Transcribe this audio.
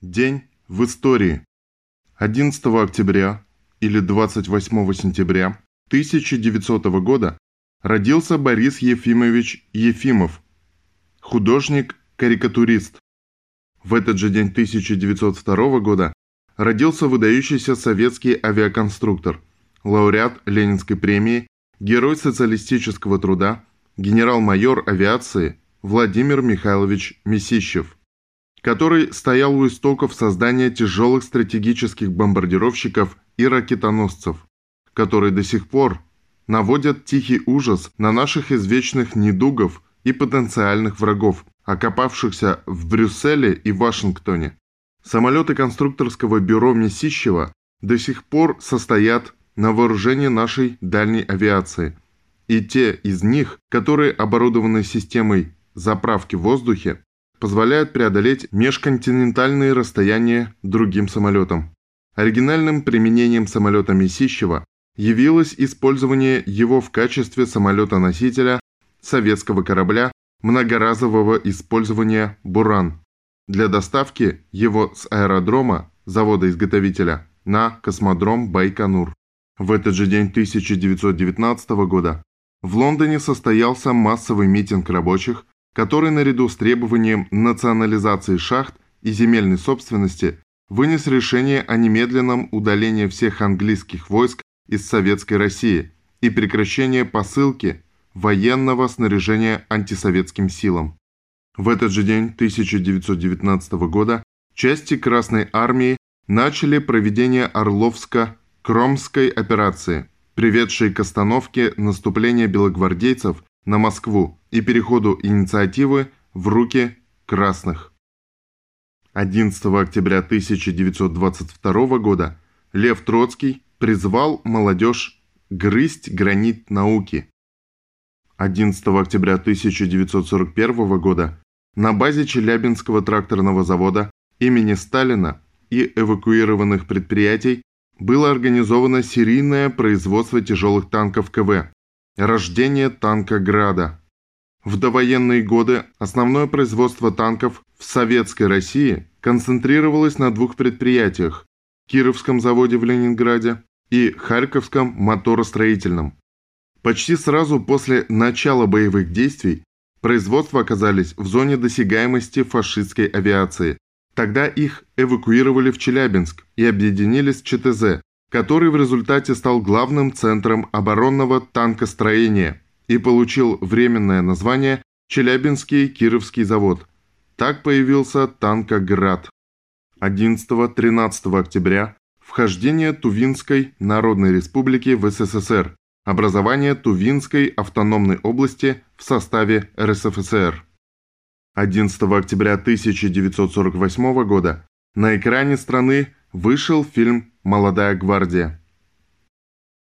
День в истории. 11 октября или 28 сентября 1900 года родился Борис Ефимович Ефимов, художник-карикатурист. В этот же день 1902 года родился выдающийся советский авиаконструктор, лауреат Ленинской премии, герой социалистического труда, генерал-майор авиации Владимир Михайлович Месищев, который стоял у истоков создания тяжелых стратегических бомбардировщиков и ракетоносцев, которые до сих пор наводят тихий ужас на наших извечных недугов и потенциальных врагов, окопавшихся в Брюсселе и Вашингтоне. Самолеты конструкторского бюро Месищева до сих пор состоят на вооружении нашей дальней авиации, и те из них, которые оборудованы системой заправки в воздухе, позволяют преодолеть межконтинентальные расстояния другим самолетам. Оригинальным применением самолета Месищева явилось использование его в качестве самолета-носителя советского корабля многоразового использования «Буран» для доставки его с аэродрома, завода-изготовителя, на космодром Байконур. В этот же день 1919 года в Лондоне состоялся массовый митинг рабочих, который наряду с требованием национализации шахт и земельной собственности вынес решение о немедленном удалении всех английских войск из Советской России и прекращении посылки военного снаряжения антисоветским силам. В этот же день 1919 года части Красной Армии начали проведение Орловско-Кромской операции, приведшей к остановке наступления белогвардейцев на Москву и переходу инициативы в руки красных. 11 октября 1922 года Лев Троцкий призвал молодежь грызть гранит науки. 11 октября 1941 года на базе Челябинского тракторного завода имени Сталина и эвакуированных предприятий было организовано серийное производство тяжелых танков КВ. Рождение танка «Града». В довоенные годы основное производство танков в Советской России концентрировалось на двух предприятиях – Кировском заводе в Ленинграде и Харьковском моторостроительном. Почти сразу после начала боевых действий производства оказались в зоне досягаемости фашистской авиации. Тогда их эвакуировали в Челябинск и объединили с ЧТЗ, который в результате стал главным центром оборонного танкостроения и получил временное название Челябинский Кировский завод. Так появился танкоград. 11-13 октября вхождение Тувинской Народной Республики в СССР, образование Тувинской автономной области в составе РСФСР. 11 октября 1948 года на экране страны вышел фильм «Молодая гвардия».